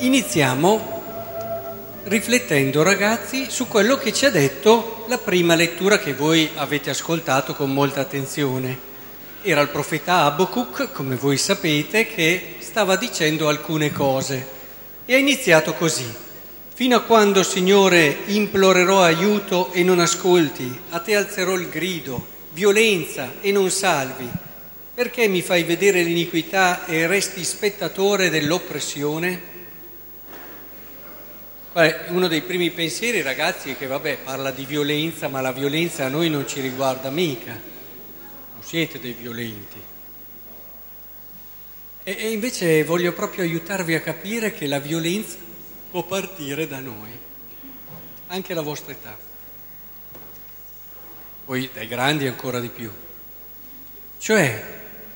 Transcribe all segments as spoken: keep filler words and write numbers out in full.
Iniziamo riflettendo, ragazzi, su quello che ci ha detto la prima lettura che voi avete ascoltato con molta attenzione. Era il profeta Abacuc, come voi sapete, che stava dicendo alcune cose e ha iniziato così: fino a quando, Signore, implorerò aiuto e non ascolti, a te alzerò il grido, violenza e non salvi. Perché mi fai vedere l'iniquità e resti spettatore dell'oppressione? Beh, uno dei primi pensieri, ragazzi, è che vabbè, parla di violenza, ma la violenza a noi non ci riguarda mica, non siete dei violenti. E, e invece voglio proprio aiutarvi a capire che la violenza può partire da noi, anche alla vostra età, poi dai grandi ancora di più. Cioè,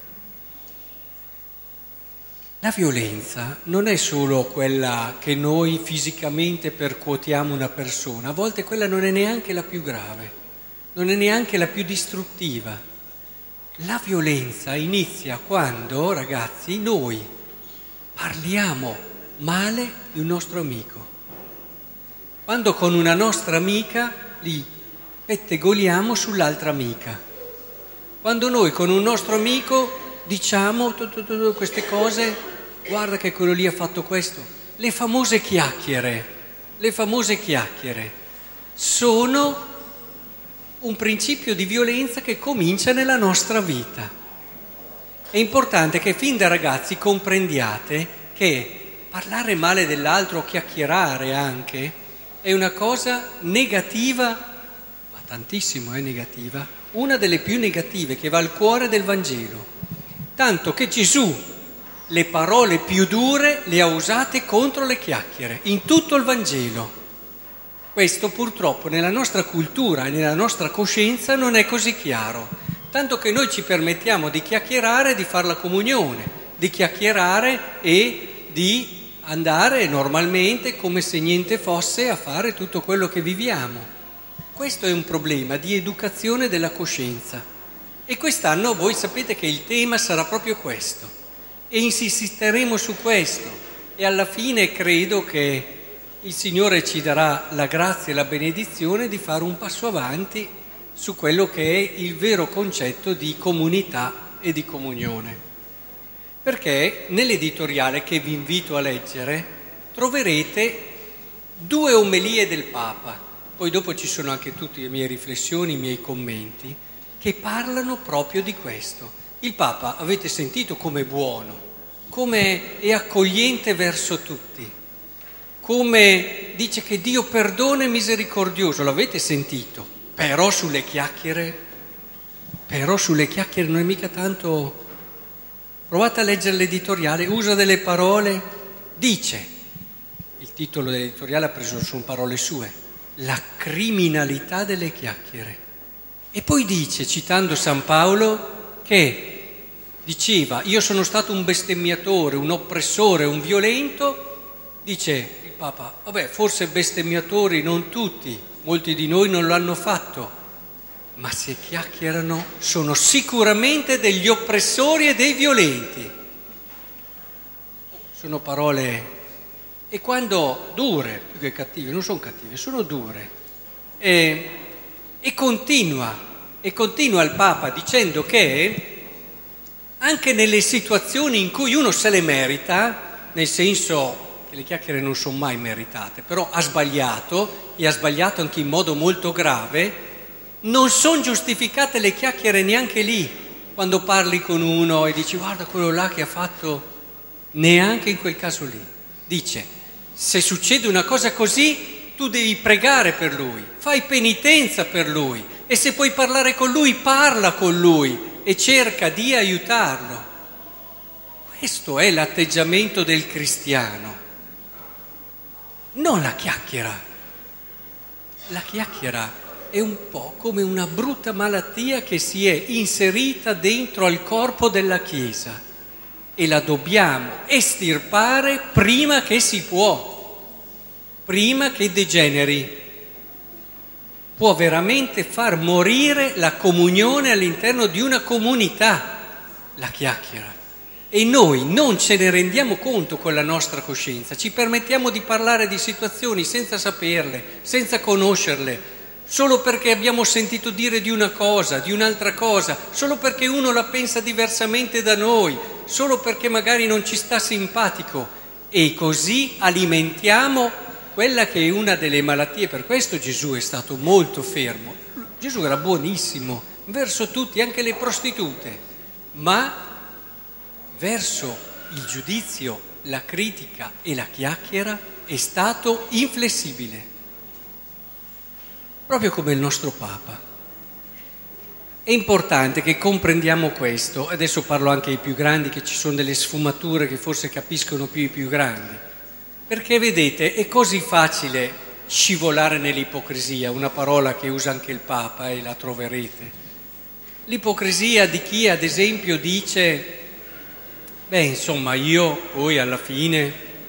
la violenza non è solo quella che noi fisicamente percuotiamo una persona, a volte quella non è neanche la più grave, non è neanche la più distruttiva. La violenza inizia quando, ragazzi, noi parliamo male di un nostro amico, quando con una nostra amica li pettegoliamo sull'altra amica, quando noi con un nostro amico diciamo queste cose. Guarda che quello lì ha fatto questo. Le famose chiacchiere, le famose chiacchiere sono un principio di violenza che comincia nella nostra vita. È importante che fin da ragazzi comprendiate che parlare male dell'altro, chiacchierare anche, è una cosa negativa, ma tantissimo è negativa, una delle più negative che va al cuore del Vangelo. Tanto che Gesù le parole più dure le ha usate contro le chiacchiere, in tutto il Vangelo. Questo purtroppo nella nostra cultura e nella nostra coscienza non è così chiaro, tanto che noi ci permettiamo di chiacchierare, di fare la comunione, di chiacchierare e di andare normalmente come se niente fosse a fare tutto quello che viviamo. Questo è un problema di educazione della coscienza e quest'anno voi sapete che il tema sarà proprio questo. E insisteremo su questo e alla fine credo che il Signore ci darà la grazia e la benedizione di fare un passo avanti su quello che è il vero concetto di comunità e di comunione. Perché nell'editoriale che vi invito a leggere troverete due omelie del Papa, poi dopo ci sono anche tutte le mie riflessioni, i miei commenti, che parlano proprio di questo. Il Papa, avete sentito come è buono, come è accogliente verso tutti, come dice che Dio perdona e misericordioso, l'avete sentito, però sulle chiacchiere, però sulle chiacchiere non è mica tanto. Provate a leggere l'editoriale, usa delle parole, dice, il titolo dell'editoriale ha preso, sono parole sue, la criminalità delle chiacchiere. E poi dice, citando San Paolo, che diceva, io sono stato un bestemmiatore, un oppressore, un violento, dice il Papa, vabbè, forse bestemmiatori non tutti, molti di noi non lo hanno fatto, ma se chiacchierano sono sicuramente degli oppressori e dei violenti. Sono parole, e quando dure, più che cattive, non sono cattive, sono dure. E, e continua, e continua il Papa dicendo che anche nelle situazioni in cui uno se le merita, nel senso che le chiacchiere non sono mai meritate, però ha sbagliato, e ha sbagliato anche in modo molto grave, non sono giustificate le chiacchiere neanche lì, quando parli con uno e dici guarda quello là che ha fatto, neanche in quel caso lì. Dice, se succede una cosa così, tu devi pregare per lui, fai penitenza per lui, e se puoi parlare con lui, parla con lui, e cerca di aiutarlo. Questo è l'atteggiamento del cristiano, non la chiacchiera. La chiacchiera è un po' come una brutta malattia che si è inserita dentro al corpo della Chiesa e la dobbiamo estirpare prima che si può, prima che degeneri. Può veramente far morire la comunione all'interno di una comunità, la chiacchiera. e noi non ce ne rendiamo conto con la nostra coscienza, ci permettiamo di parlare di situazioni senza saperle, senza conoscerle, solo perché abbiamo sentito dire di una cosa, di un'altra cosa, solo perché uno la pensa diversamente da noi, solo perché magari non ci sta simpatico, e così alimentiamo quella che è una delle malattie. Per questo Gesù è stato molto fermo. Gesù era buonissimo verso tutti, anche le prostitute, ma verso il giudizio, la critica e la chiacchiera è stato inflessibile, proprio come il nostro Papa. È importante che comprendiamo questo. Adesso parlo anche ai più grandi, che ci sono delle sfumature che forse capiscono più i più grandi, perché vedete, è così facile scivolare nell'ipocrisia, una parola che usa anche il Papa e la troverete. L'ipocrisia di chi, ad esempio, dice: beh, insomma, io poi alla fine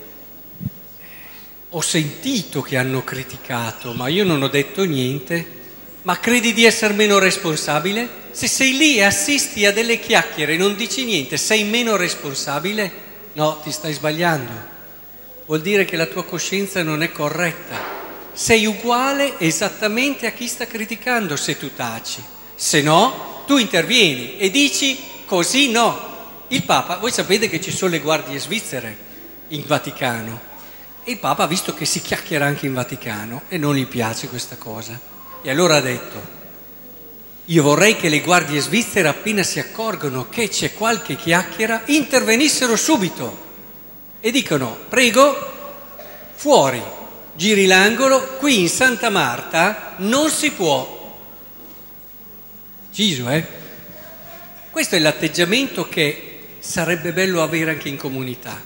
ho sentito che hanno criticato, ma io non ho detto niente. Ma credi di essere meno responsabile? Se sei lì e assisti a delle chiacchiere e non dici niente, sei meno responsabile? No, ti stai sbagliando. Vuol dire che la tua coscienza non è corretta. Sei uguale esattamente a chi sta criticando se tu taci. Se no, tu intervieni e dici: così no. Il Papa, voi sapete che ci sono le guardie svizzere in Vaticano, e il Papa ha visto che si chiacchiera anche in Vaticano e non gli piace questa cosa. E allora ha detto: io vorrei che le guardie svizzere, appena si accorgono che c'è qualche chiacchiera, intervenissero subito e dicono: prego, fuori, giri l'angolo, qui in Santa Marta non si può. Gesù, eh? Questo è l'atteggiamento che sarebbe bello avere anche in comunità.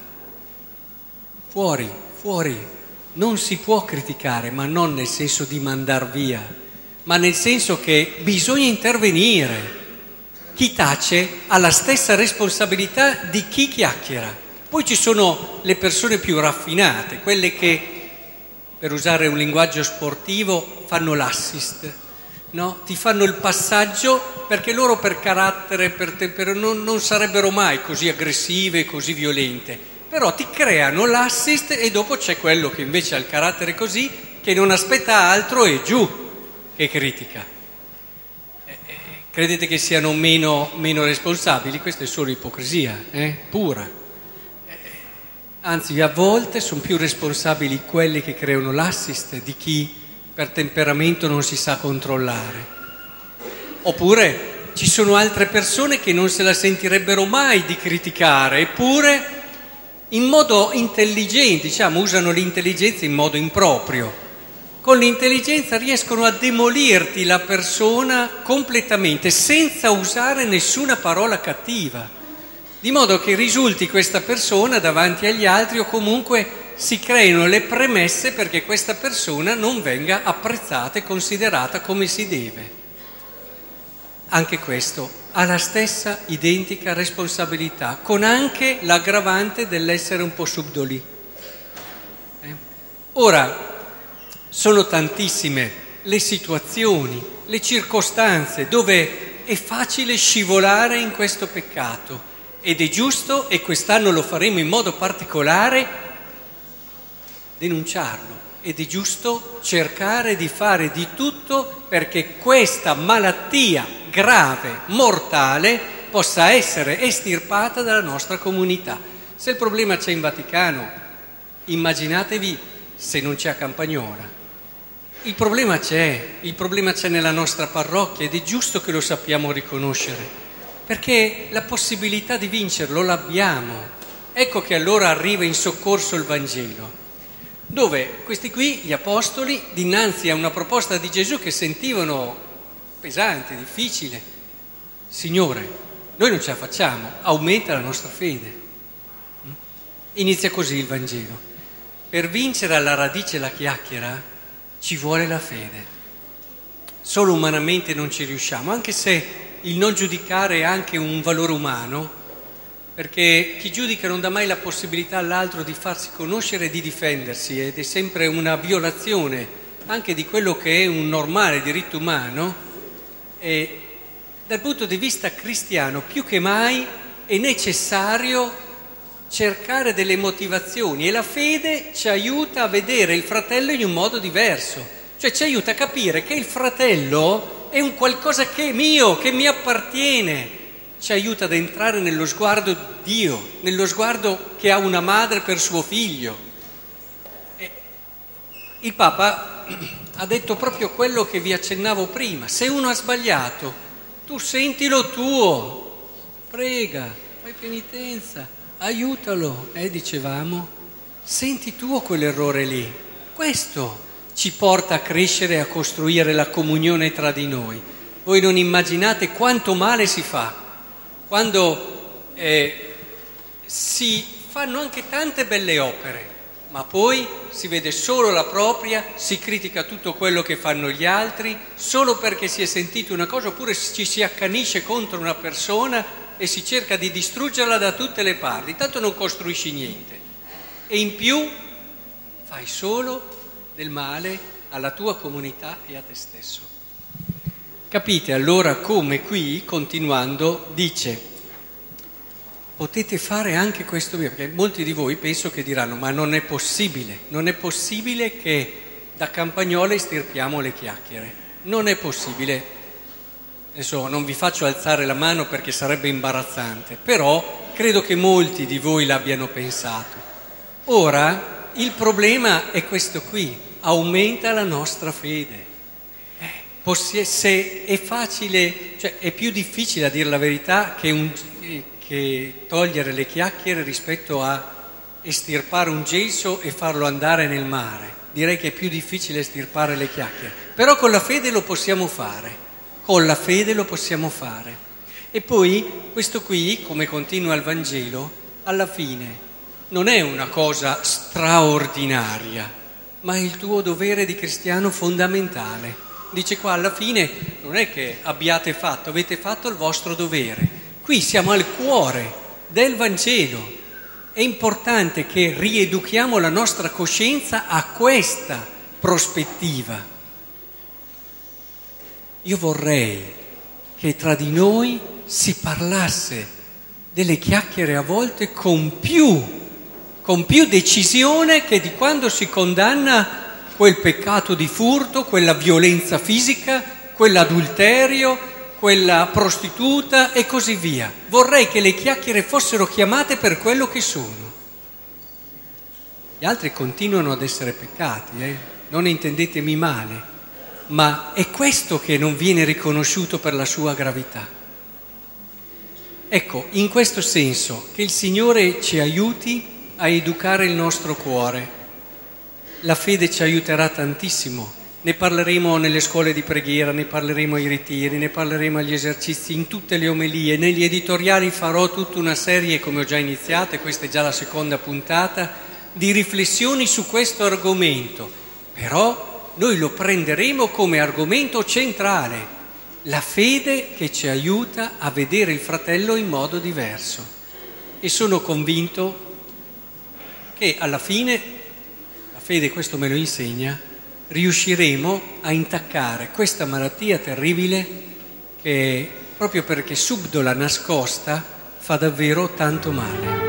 Fuori, fuori, non si può criticare, ma non nel senso di mandar via, ma nel senso che bisogna intervenire. Chi tace ha la stessa responsabilità di chi chiacchiera. Poi ci sono le persone più raffinate, quelle che, per usare un linguaggio sportivo, fanno l'assist, no? Ti fanno il passaggio, perché loro per carattere per te, per, non, non sarebbero mai così aggressive, così violente, però ti creano l'assist e dopo c'è quello che invece ha il carattere così, che non aspetta altro e giù, che critica. Eh, eh, credete che siano meno, meno responsabili? Questa è solo ipocrisia, eh? Pura. Eh, anzi, a volte sono più responsabili quelli che creano l'assist di chi per temperamento non si sa controllare. Oppure ci sono altre persone che non se la sentirebbero mai di criticare, eppure in modo intelligente, diciamo, usano l'intelligenza in modo improprio. Con l'intelligenza riescono a demolirti la persona completamente, senza usare nessuna parola cattiva, di modo che risulti questa persona davanti agli altri, o comunque si creino le premesse perché questa persona non venga apprezzata e considerata come si deve. Anche questo ha la stessa identica responsabilità, con anche l'aggravante dell'essere un po' subdoli. Eh? Ora, sono tantissime le situazioni, le circostanze dove è facile scivolare in questo peccato, ed è giusto, e quest'anno lo faremo in modo particolare, denunciarlo, ed è giusto cercare di fare di tutto perché questa malattia grave, mortale, possa essere estirpata dalla nostra comunità. Se il problema c'è in Vaticano, immaginatevi se non c'è a Campagnola. Il problema c'è, il problema c'è nella nostra parrocchia, ed è giusto che lo sappiamo riconoscere, perché la possibilità di vincerlo l'abbiamo. Ecco che allora arriva in soccorso il Vangelo, dove questi qui, gli apostoli, dinanzi a una proposta di Gesù che sentivano pesante, difficile: Signore, noi non ce la facciamo, aumenta la nostra fede. Inizia così il Vangelo. Per vincere alla radice la chiacchiera ci vuole la fede. Solo umanamente non ci riusciamo, anche se il non giudicare è anche un valore umano, perché chi giudica non dà mai la possibilità all'altro di farsi conoscere e di difendersi, ed è sempre una violazione anche di quello che è un normale diritto umano. E dal punto di vista cristiano, più che mai è necessario cercare delle motivazioni e la fede ci aiuta a vedere il fratello in un modo diverso, cioè ci aiuta a capire che il fratello è un qualcosa che è mio, che mi appartiene, ci aiuta ad entrare nello sguardo di Dio, nello sguardo che ha una madre per suo figlio. E il Papa ha detto proprio quello che vi accennavo prima: se uno ha sbagliato, tu sentilo tuo, prega, fai penitenza, aiutalo, eh, dicevamo, senti tuo quell'errore lì. Questo ci porta a crescere e a costruire la comunione tra di noi. Voi non immaginate quanto male si fa quando eh, si fanno anche tante belle opere, ma poi si vede solo la propria, si critica tutto quello che fanno gli altri, solo perché si è sentito una cosa, oppure ci si accanisce contro una persona e si cerca di distruggerla da tutte le parti, tanto non costruisci niente. E in più fai solo del male alla tua comunità e a te stesso. Capite allora come qui, continuando, dice: potete fare anche questo via, perché molti di voi penso che diranno: ma non è possibile, non è possibile che da Campagnolo estirpiamo le chiacchiere, non è possibile. Adesso non vi faccio alzare la mano perché sarebbe imbarazzante, però credo che molti di voi l'abbiano pensato. Ora il problema è questo qui: aumenta la nostra fede. Se è facile, cioè è più difficile, a dire la verità, che, un, che togliere le chiacchiere rispetto a estirpare un gesso e farlo andare nel mare. Direi che è più difficile estirpare le chiacchiere, però con la fede lo possiamo fare, con la fede lo possiamo fare. E poi questo qui, come continua il Vangelo, alla fine non è una cosa straordinaria, ma è il tuo dovere di cristiano fondamentale. Dice qua alla fine non è che abbiate fatto, avete fatto il vostro dovere. Qui siamo al cuore del Vangelo. È importante che rieduchiamo la nostra coscienza a questa prospettiva. Io vorrei che tra di noi si parlasse delle chiacchiere a volte con più, con più decisione che di quando si condanna quel peccato di furto, quella violenza fisica, quell'adulterio, quella prostituta e così via. Vorrei che le chiacchiere fossero chiamate per quello che sono. Gli altri continuano ad essere peccati, eh? Non intendetemi male, ma è questo che non viene riconosciuto per la sua gravità. Ecco, in questo senso, che il Signore ci aiuti a educare il nostro cuore. La fede ci aiuterà tantissimo, ne parleremo nelle scuole di preghiera, ne parleremo ai ritiri, ne parleremo agli esercizi, in tutte le omelie, negli editoriali farò tutta una serie, come ho già iniziato, e questa è già la seconda puntata, di riflessioni su questo argomento, però noi lo prenderemo come argomento centrale, la fede che ci aiuta a vedere il fratello in modo diverso. E sono convinto che alla fine, fede, questo me lo insegna, riusciremo a intaccare questa malattia terribile che, proprio perché subdola, nascosta, fa davvero tanto male.